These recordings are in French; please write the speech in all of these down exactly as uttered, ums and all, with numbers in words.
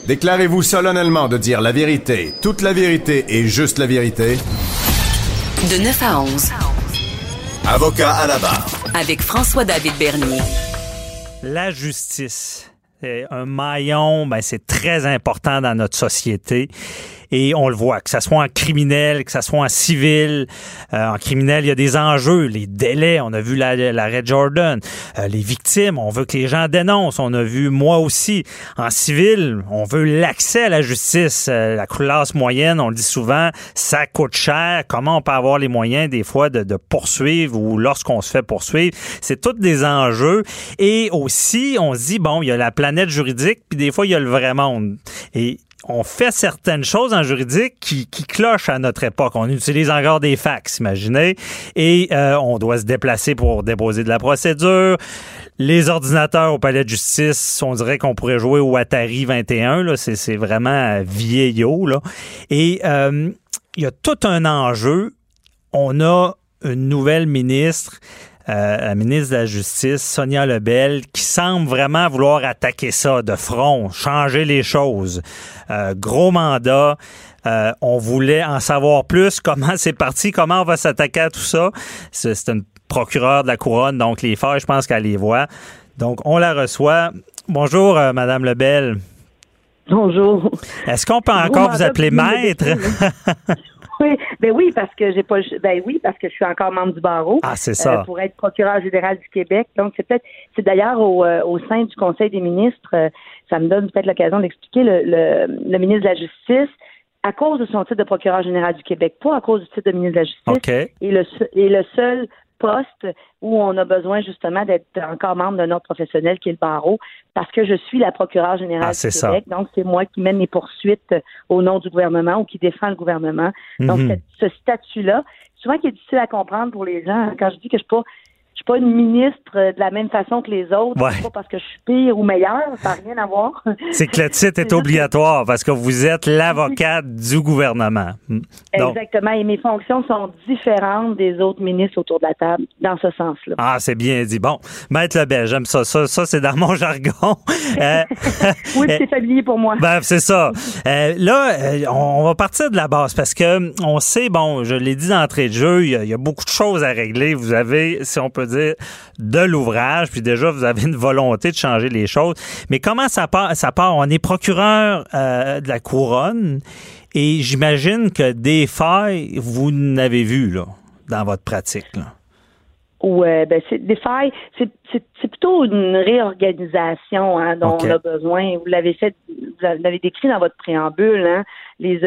Déclarez-vous solennellement de dire la vérité, toute la vérité et juste la vérité? De neuf à onze. Avocat à la barre. Avec François-David Bernier. La justice, c'est un maillon, ben c'est très important dans notre société. Et on le voit, que ça soit en criminel, que ça soit en civil. Euh, en criminel, il y a des enjeux, les délais. On a vu la, l'arrêt Jordan. Euh, les victimes, on veut que les gens dénoncent. On a vu, moi aussi. En civil, on veut l'accès à la justice. Euh, la classe moyenne, on le dit souvent, ça coûte cher. Comment on peut avoir les moyens, des fois, de, de poursuivre ou lorsqu'on se fait poursuivre? C'est tous des enjeux. Et aussi, on se dit, bon, il y a la planète juridique, puis des fois, il y a le vrai monde. Et on fait certaines choses en juridique qui, qui clochent à notre époque. On utilise encore des fax, imaginez, et euh, on doit se déplacer pour déposer de la procédure. Les ordinateurs au palais de justice, on dirait qu'on pourrait jouer au Atari vingt et un, là, c'est, c'est vraiment vieillot, là. Et euh, il y a tout un enjeu. On a une nouvelle ministre, Euh, la ministre de la Justice, Sonia Lebel, qui semble vraiment vouloir attaquer ça de front, changer les choses. Euh, gros mandat. Euh, on voulait en savoir plus. Comment c'est parti? Comment on va s'attaquer à tout ça? C'est, c'est une procureure de la Couronne, donc les faits, je pense qu'elle les voit. Donc, on la reçoit. Bonjour, euh, Madame Lebel. Bonjour. Est-ce qu'on peut encore vous appeler maître? Oui, ben oui, parce que j'ai pas ben oui, parce que je suis encore membre du barreau. Ah, c'est ça. Euh, pour être procureur général du Québec. Donc, c'est peut-être c'est d'ailleurs au, euh, au sein du Conseil des ministres, euh, ça me donne peut-être l'occasion d'expliquer le, le, le ministre de la Justice, à cause de son titre de procureur général du Québec, pas à cause du titre de ministre de la Justice. Okay. Et le et le seul poste où on a besoin justement d'être encore membre d'un ordre professionnel qui est le barreau, parce que je suis la procureure générale ah, du Québec. Ça. Donc, c'est moi qui mène les poursuites au nom du gouvernement ou qui défend le gouvernement. Mm-hmm. Donc, cette, ce statut-là, souvent qui est difficile à comprendre pour les gens, hein, quand je dis que je suis pas je suis pas une ministre de la même façon que les autres, ouais. C'est pas parce que je suis pire ou meilleure, ça n'a rien à voir. C'est que le titre est, est obligatoire parce que vous êtes l'avocate du gouvernement. Donc, exactement, et mes fonctions sont différentes des autres ministres autour de la table, dans ce sens-là. Ah, c'est bien dit. Bon, Maître Lebel, j'aime ça. Ça, ça c'est dans mon jargon. Euh, oui, c'est familier pour moi. Ben, c'est ça. Euh, là, on va partir de la base parce que on sait, bon, je l'ai dit d'entrée de jeu, il y, a, il y a beaucoup de choses à régler. Vous avez, si on peut dire, de l'ouvrage, puis déjà, vous avez une volonté de changer les choses. Mais comment ça part? Ça part? On est procureur euh, de la Couronne et j'imagine que des failles, vous n'avez vu, là, dans votre pratique, là. Ouais, ben c'est des failles, c'est, c'est, c'est plutôt une réorganisation hein, dont okay. on a besoin. Vous l'avez fait, vous l'avez décrit dans votre préambule. Hein, les,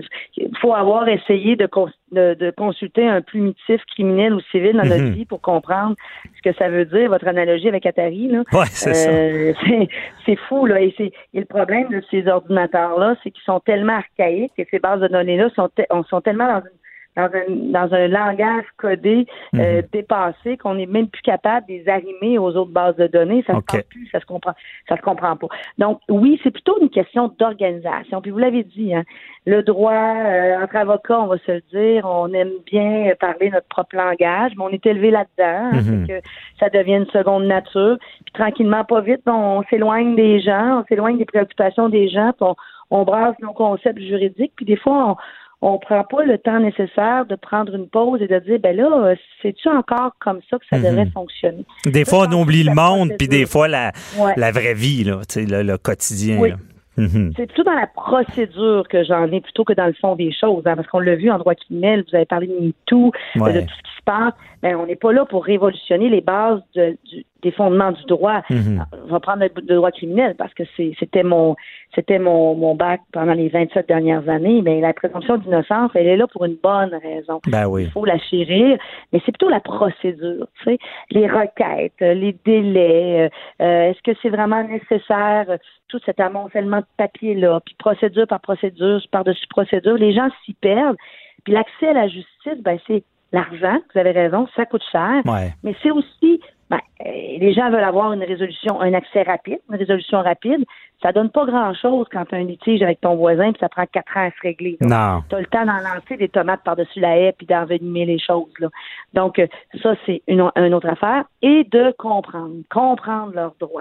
il faut avoir essayé de, de, de consulter un plumitif criminel ou civil dans mm-hmm. notre vie pour comprendre ce que ça veut dire. Votre analogie avec Atari, là. Ouais, c'est euh, ça. C'est, c'est fou là. Et, c'est, et le problème de ces ordinateurs-là, c'est qu'ils sont tellement archaïques et ces bases de données-là sont, te, sont tellement dans une Dans un, dans un langage codé euh, mm-hmm. dépassé qu'on n'est même plus capable de les arrimer aux autres bases de données. Ça ne okay. se passe plus, ça se comprend, ça se comprend pas. Donc, oui, c'est plutôt une question d'organisation. Puis vous l'avez dit, hein, le droit, euh, entre avocats, on va se le dire, on aime bien parler notre propre langage, mais on est élevé là-dedans, hein, mm-hmm. que ça devient une seconde nature. Puis tranquillement, pas vite, on, on s'éloigne des gens, on s'éloigne des préoccupations des gens, puis on, on brasse nos concepts juridiques, puis des fois, on on prend pas le temps nécessaire de prendre une pause et de dire, ben là, c'est-tu encore comme ça que ça devrait mm-hmm. fonctionner? Des ça, fois, on oublie le monde, puis des fois, la, ouais. la vraie vie, là, le, le quotidien. Oui. Là. Mm-hmm. C'est plutôt dans la procédure que j'en ai plutôt que dans le fond des choses, hein, parce qu'on l'a vu en droit criminel, vous avez parlé de MeToo, ouais. de tout ce qui se passe. Ben, on n'est pas là pour révolutionner les bases de, du, des fondements du droit. Mm-hmm. On va prendre le, le droit criminel parce que c'est, c'était mon c'était mon, mon bac pendant les vingt-sept dernières années. Mais la présomption d'innocence, elle est là pour une bonne raison. Ben oui. Il faut la chérir, mais c'est plutôt la procédure, tu sais, les requêtes, les délais. Euh, est-ce que c'est vraiment nécessaire tout cet amoncellement de papier-là, puis procédure par procédure, par-dessus procédure, les gens s'y perdent. Puis l'accès à la justice, ben c'est l'argent, vous avez raison, ça coûte cher, ouais. mais c'est aussi, ben, les gens veulent avoir une résolution, un accès rapide, une résolution rapide. Ça donne pas grand-chose quand tu as un litige avec ton voisin puis ça prend quatre ans à se régler. Donc, non. Tu as le temps d'en lancer des tomates par-dessus la haie puis d'envenimer les choses. Là. Donc, ça, c'est une, une autre affaire. Et de comprendre, comprendre leurs droits.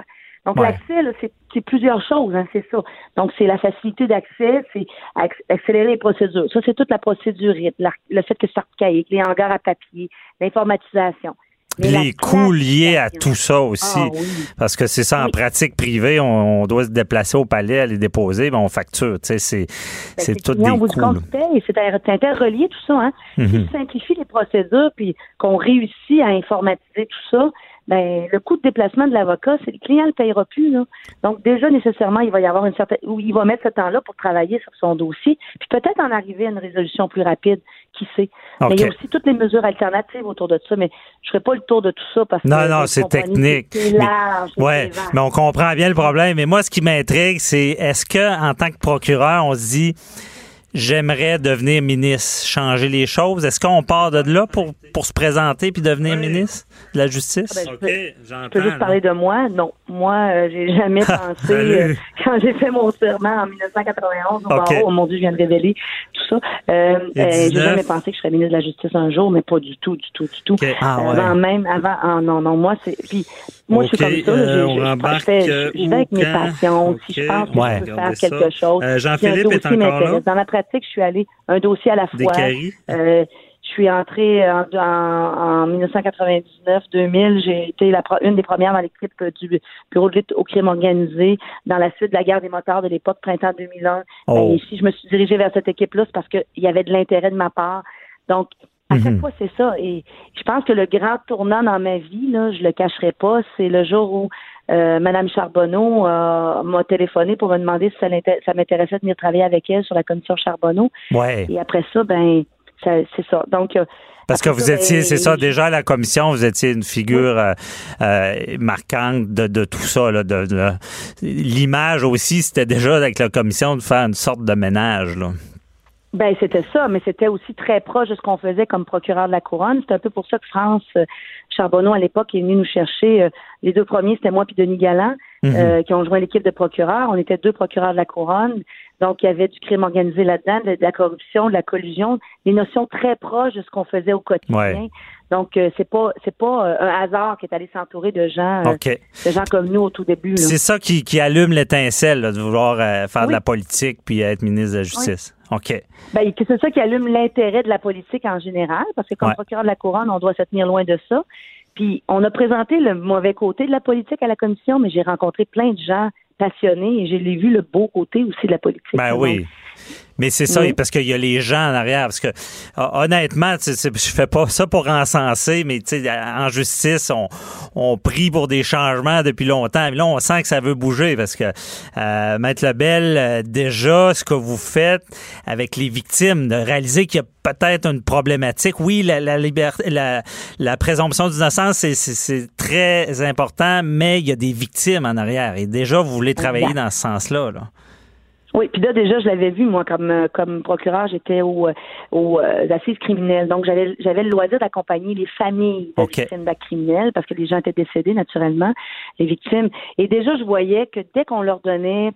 Donc, Ouais. l'accès, là, c'est, c'est plusieurs choses, hein, c'est ça. Donc, c'est la facilité d'accès, c'est acc- accélérer les procédures. Ça, c'est toute la procédure, le fait que c'est archaïque, les hangars à papier, l'informatisation. Mais les coûts liés à classification. tout ça aussi. Ah, oui. Parce que c'est ça, en Oui. pratique privée, on, on doit se déplacer au palais, aller déposer, ben on facture. Tu sais, c'est, Ben, c'est le tout client, des au bout du coûts. compte, là. paye. C'est inter- c'est interrelié tout ça. Hein? Mhm. Si on simplifie les procédures puis qu'on réussit à informatiser tout ça, ben le coût de déplacement de l'avocat, c'est le client ne le payera plus. Là. Donc déjà, nécessairement, il va y avoir une certaine... où il va mettre ce temps-là pour travailler sur son dossier, puis peut-être en arriver à une résolution plus rapide, qui sait. OK. Mais il y a aussi toutes les mesures alternatives autour de ça, mais je ne ferai pas le tour de tout ça parce que... Non, non, vous c'est comprenez, technique. C'est Mais- large. c'est Ouais, vaste. mais on comprend bien le problème. Mais moi, ce qui m'intrigue, c'est est-ce que en tant que procureur, on se dit j'aimerais devenir ministre, changer les choses. Est-ce qu'on part de là pour, pour se présenter puis devenir Oui. ministre de la justice? Ah ben, je peux- j'entends. Je peux juste parler de moi. Non, moi, euh, j'ai jamais pensé, euh, quand j'ai fait mon serment en dix-neuf cent quatre-vingt-onze au OK. barreau, oh mon Dieu, je viens de révéler tout ça, euh, Et euh, j'ai dix-neuf. jamais pensé que je serais ministre de la Justice un jour, mais pas du tout, du tout, du tout. OK. Ah, ouais. Avant même, avant, ah, non, non, moi, c'est, puis moi, OK, je suis comme ça, là, euh, je- on je, je, embarque, fais, euh, je, je vais avec mes où, passions. quand? Si je OK. pense que Ouais. je peux faire Regardez quelque ça. chose, Euh, si un Jean-Philippe est dossier encore là? m'intéresse. Dans ma pratique, je suis allée un dossier à la Des fois. caries? Euh, je suis entrée en, en, en dix-neuf cent quatre-vingt-dix-neuf deux mille. J'ai été la, pro- une des premières dans l'équipe du bureau de lutte au crime organisé dans la suite de la guerre des motards de l'époque, printemps deux mille un. Oh. Ben, si je me suis dirigée vers cette équipe-là, c'est parce qu'il y avait de l'intérêt de ma part. Donc, à chaque Mhm. fois, c'est ça. Et je pense que le grand tournant dans ma vie, là, je le cacherai pas, c'est le jour où euh, Mme Charbonneau euh, m'a téléphoné pour me demander si ça, l'inté- ça m'intéressait de venir travailler avec elle sur la commission Charbonneau. Ouais. Et après ça, ben, ça, c'est ça. Donc, euh, Parce que après vous ça, étiez, ben, c'est ça, déjà à la commission, vous étiez une figure euh, euh, marquante de, de tout ça. Là, de, de- l'image aussi, c'était déjà avec la commission de faire une sorte de ménage. Là. Ben, c'était ça, mais c'était aussi très proche de ce qu'on faisait comme procureur de la Couronne. C'est un peu pour ça que France euh, Charbonneau, à l'époque, est venu nous chercher. Euh, les deux premiers, c'était moi puis Denis Galland, euh, qui ont joint l'équipe de procureurs. On était deux procureurs de la Couronne. Donc, il y avait du crime organisé là-dedans, de, de la corruption, de la collusion, des notions très proches de ce qu'on faisait au quotidien. Ouais. Donc, euh, c'est pas c'est pas euh, un hasard qui est allé s'entourer de gens, euh, OK. de gens comme nous au tout début. Là. C'est ça qui, qui allume l'étincelle, là, de vouloir euh, faire Oui. de la politique puis être ministre de la Justice. OK. Ben, que c'est ça qui allume l'intérêt de la politique en général, parce que comme Ouais. procureur de la Couronne, on doit se tenir loin de ça. Puis, on a présenté le mauvais côté de la politique à la commission, mais j'ai rencontré plein de gens passionnés et j'ai vu le beau côté aussi de la politique. Ben Donc, oui. Mais c'est ça, Oui. parce qu'il y a les gens en arrière. Parce que ah, honnêtement, tu sais, je fais pas ça pour encenser, mais tu sais, en justice, on, on prie pour des changements depuis longtemps. Mais là, on sent que ça veut bouger parce que euh, Maître Lebel, euh, déjà, ce que vous faites avec les victimes, de réaliser qu'il y a peut-être une problématique. Oui, la, la liberté, la, la présomption d'innocence, c'est, c'est, c'est très important, mais il y a des victimes en arrière. Et déjà, vous voulez travailler Exact. dans ce sens-là, là. Oui, puis là, déjà, je l'avais vu, moi, comme euh, comme procureur, j'étais au, euh, aux euh, assises criminelles. Donc, j'avais j'avais le loisir d'accompagner les familles de OK. victimes d'actes criminels, parce que les gens étaient décédés, naturellement, les victimes. Et déjà, je voyais que dès qu'on leur donnait,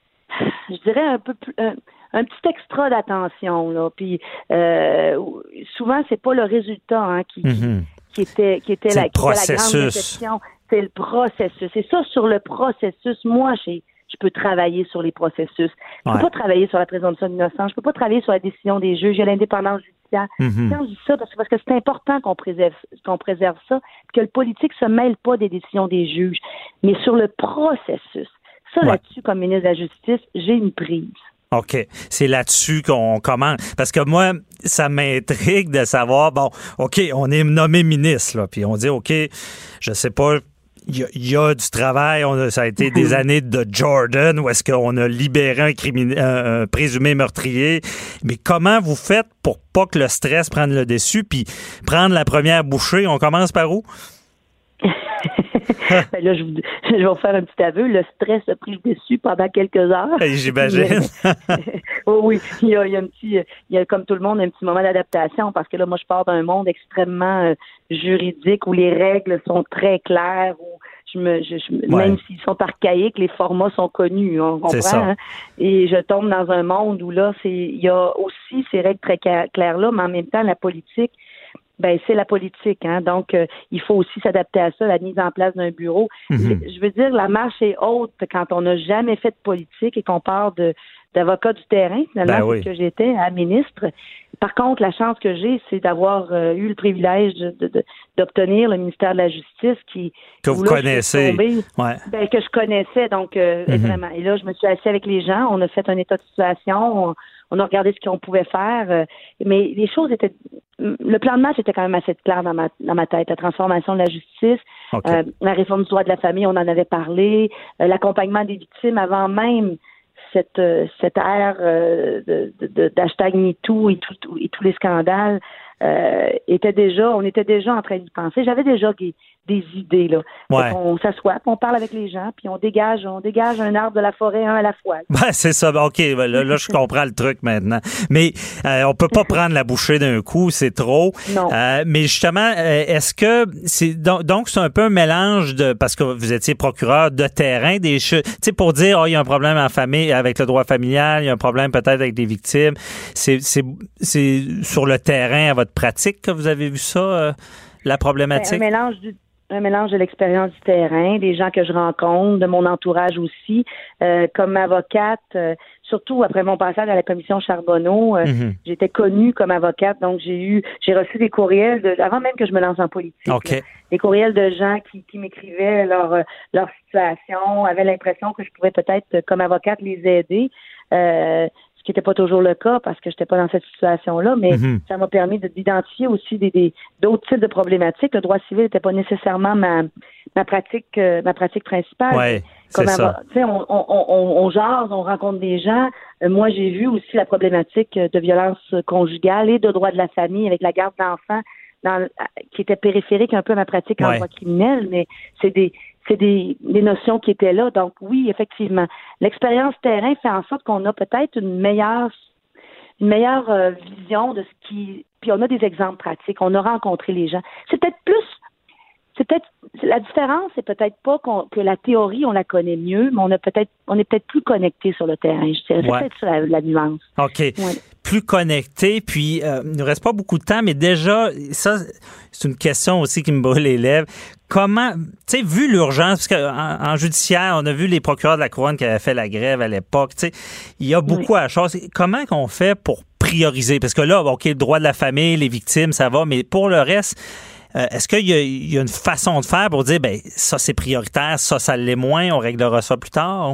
je dirais, un peu plus... Un, un petit extra d'attention, là. Puis, euh, souvent, c'est pas le résultat hein, qui, Mhm. qui était qui était C'est la, le qui était la grande processus. déception. C'est le processus. C'est ça, sur le processus. Moi, j'ai je peux travailler sur les processus. Je Ouais. peux pas travailler sur la présomption d'innocence. Je peux pas travailler sur la décision des juges. Il y a l'indépendance judiciaire. Mhm. Quand je dis ça, parce que, parce que c'est important qu'on préserve, qu'on préserve ça, que le politique se mêle pas des décisions des juges, mais sur le processus. Ça, Ouais. là-dessus, comme ministre de la Justice, j'ai une prise. OK. C'est là-dessus qu'on commence. Parce que moi, ça m'intrigue de savoir, bon, OK, on est nommé ministre, là, puis on dit, OK, je sais pas, il y, a- il y a du travail, on a- ça a été des années de Jordan, où est-ce qu'on a libéré un, crimin- un, un présumé meurtrier. Mais comment vous faites pour pas que le stress prenne le dessus, puis prendre la première bouchée? On commence par où? Ben là, je, vous- je vais vous faire un petit aveu. Le stress a pris le dessus pendant quelques heures. Eh, j'imagine. Oh oui, il y, a, il y a un petit, il y a comme tout le monde un petit moment d'adaptation parce que là, moi, je pars d'un monde extrêmement euh, juridique où les règles sont très claires, où je me, je, je- Ouais. même s'ils sont archaïques, les formats sont connus, on comprend. C'est ça. Hein? Et je tombe dans un monde où là, c'est, il y a aussi ces règles très ca- claires là, mais en même temps, la politique ben c'est la politique, hein. Donc, euh, il faut aussi s'adapter à ça, la mise en place d'un bureau. Mm-hmm. Je veux dire, la marche est haute quand on n'a jamais fait de politique et qu'on part de d'avocat du terrain, finalement, ben oui. C'est ce que j'étais, à ministre. Par contre, la chance que j'ai, c'est d'avoir euh, eu le privilège de, de, de, d'obtenir le ministère de la Justice qui... Que vous là, connaissez. Tombée, ouais. ben, que je connaissais, donc, euh, mm-hmm. vraiment. Et là, je me suis assise avec les gens, on a fait un état de situation, on, on a regardé ce qu'on pouvait faire, euh, mais les choses étaient... Le plan de match était quand même assez clair dans ma, dans ma tête. La transformation de la justice, okay. euh, la réforme du droit de la famille, on en avait parlé, euh, l'accompagnement des victimes avant même cette euh, cette ère euh, de, de, d'hashtag MeToo et, tout, tout, et tous les scandales euh, était déjà, on était déjà en train d'y penser. J'avais déjà des, des idées, là. Ouais. On s'assoit, on parle avec les gens, puis on dégage, on dégage un arbre de la forêt un à la fois. Ben, c'est ça. OK, là, là je comprends le truc maintenant. Mais euh, on peut pas prendre la bouchée d'un coup, c'est trop. Non. Euh, mais justement, euh, est-ce que c'est donc, donc c'est un peu un mélange de, parce que vous étiez procureur de terrain, des choses, tu sais, pour dire, oh, il y a un problème en famille avec le droit familial, il y a un problème peut-être avec des victimes. C'est, c'est, c'est sur le terrain à votre pratique que vous avez vu ça, euh, la problématique? Ben, un mélange du Un mélange de l'expérience du terrain, des gens que je rencontre, de mon entourage aussi, euh, comme avocate, euh, surtout après mon passage à la commission Charbonneau, euh, mm-hmm. j'étais connue comme avocate, donc j'ai eu, j'ai reçu des courriels de, avant même que je me lance en politique, okay. là, des courriels de gens qui, qui m'écrivaient leur leur situation, avaient l'impression que je pouvais peut-être comme avocate les aider. Euh, ce qui n'était pas toujours le cas parce que je n'étais pas dans cette situation-là, mais mm-hmm. ça m'a permis de, d'identifier aussi des, des, d'autres types de problématiques. Le droit civil n'était pas nécessairement ma, ma pratique euh, ma pratique principale. Ouais, Comme c'est avant, ça. Tu sais, on, on, on, on jase, on rencontre des gens. Euh, moi, j'ai vu aussi la problématique de violence conjugale et de droit de la famille avec la garde d'enfants dans, qui était périphérique un peu à ma pratique en ouais. droit criminel, mais c'est des c'est des, des notions qui étaient là. Donc oui, effectivement, l'expérience terrain fait en sorte qu'on a peut-être une meilleure une meilleure euh, vision de ce qui... Puis on a des exemples pratiques, on a rencontré les gens. C'est peut-être plus... C'est peut-être... La différence, c'est peut-être pas qu'on, que la théorie, on la connaît mieux, mais on a peut-être on est peut-être plus connecté sur le terrain. Je dirais, c'est ouais. peut-être ça la, la nuance. OK. Ouais. Plus connecté, puis euh, il ne reste pas beaucoup de temps, mais déjà, ça, c'est une question aussi qui me brûle les lèvres. Comment, tu sais, vu l'urgence, parce qu'en en judiciaire, on a vu les procureurs de la Couronne qui avaient fait la grève à l'époque, tu sais, il y a beaucoup oui. à la chose. Comment qu'on fait pour prioriser? Parce que là, OK, le droit de la famille, les victimes, ça va, mais pour le reste, euh, est-ce qu'il y a, il y a une façon de faire pour dire, ben ça, c'est prioritaire, ça, ça l'est moins, on réglera ça plus tard?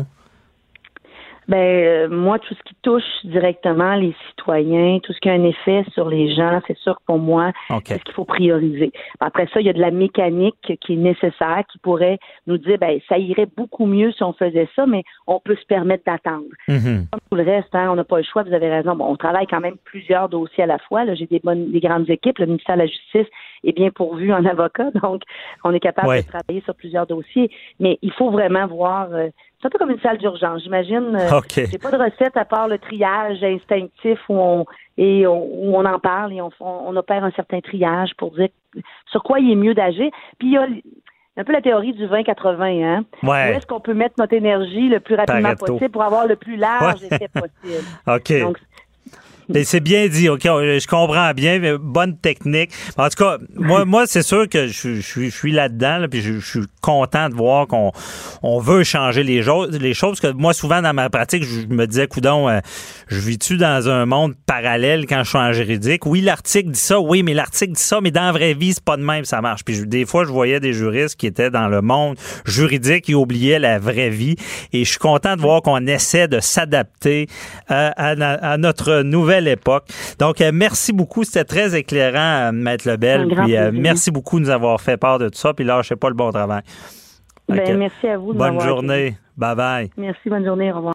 Ben euh, moi, tout ce qui touche directement les citoyens, tout ce qui a un effet sur les gens, c'est sûr que pour moi, okay. c'est ce qu'il faut prioriser. Après ça, il y a de la mécanique qui est nécessaire, qui pourrait nous dire, ben ça irait beaucoup mieux si on faisait ça, mais on peut se permettre d'attendre. Mm-hmm. Comme tout le reste, hein, on n'a pas le choix, vous avez raison. Bon, on travaille quand même plusieurs dossiers à la fois. Là, j'ai des bonnes, des grandes équipes. Le ministère de la Justice est bien pourvu en avocats, donc on est capable ouais. de travailler sur plusieurs dossiers. Mais il faut vraiment voir... Euh, c'est un peu comme une salle d'urgence, j'imagine. Euh, okay. J'ai pas de recette à part le triage instinctif où on et on, où on en parle et on, on opère un certain triage pour dire sur quoi il est mieux d'agir. Puis il y a un peu la théorie du vingt quatre-vingts, hein? Ouais. Où est-ce qu'on peut mettre notre énergie le plus rapidement Pareto. possible pour avoir le plus large ouais. effet possible? OK. Donc, mais c'est bien dit, OK, je comprends bien, mais bonne technique. En tout cas, moi, moi c'est sûr que je, je, je suis là-dedans, là, puis je, je suis content de voir qu'on on veut changer les, jo- les choses. Que moi, souvent, dans ma pratique, je me disais, coudonc, euh, je vis-tu dans un monde parallèle quand je suis en juridique? Oui, l'article dit ça, oui, mais l'article dit ça, mais dans la vraie vie, c'est pas de même, ça marche. Puis je, des fois, je voyais des juristes qui étaient dans le monde juridique et oubliaient la vraie vie. Et je suis content de voir qu'on essaie de s'adapter euh, à, à notre nouvelle époque. Donc, euh, merci beaucoup. C'était très éclairant, euh, Maître Lebel. Puis, euh, merci beaucoup de nous avoir fait part de tout ça. Puis, lâchez pas le bon travail. Ben, okay. Merci à vous. De bonne journée. Bye-bye. Merci. Bonne journée. Au revoir.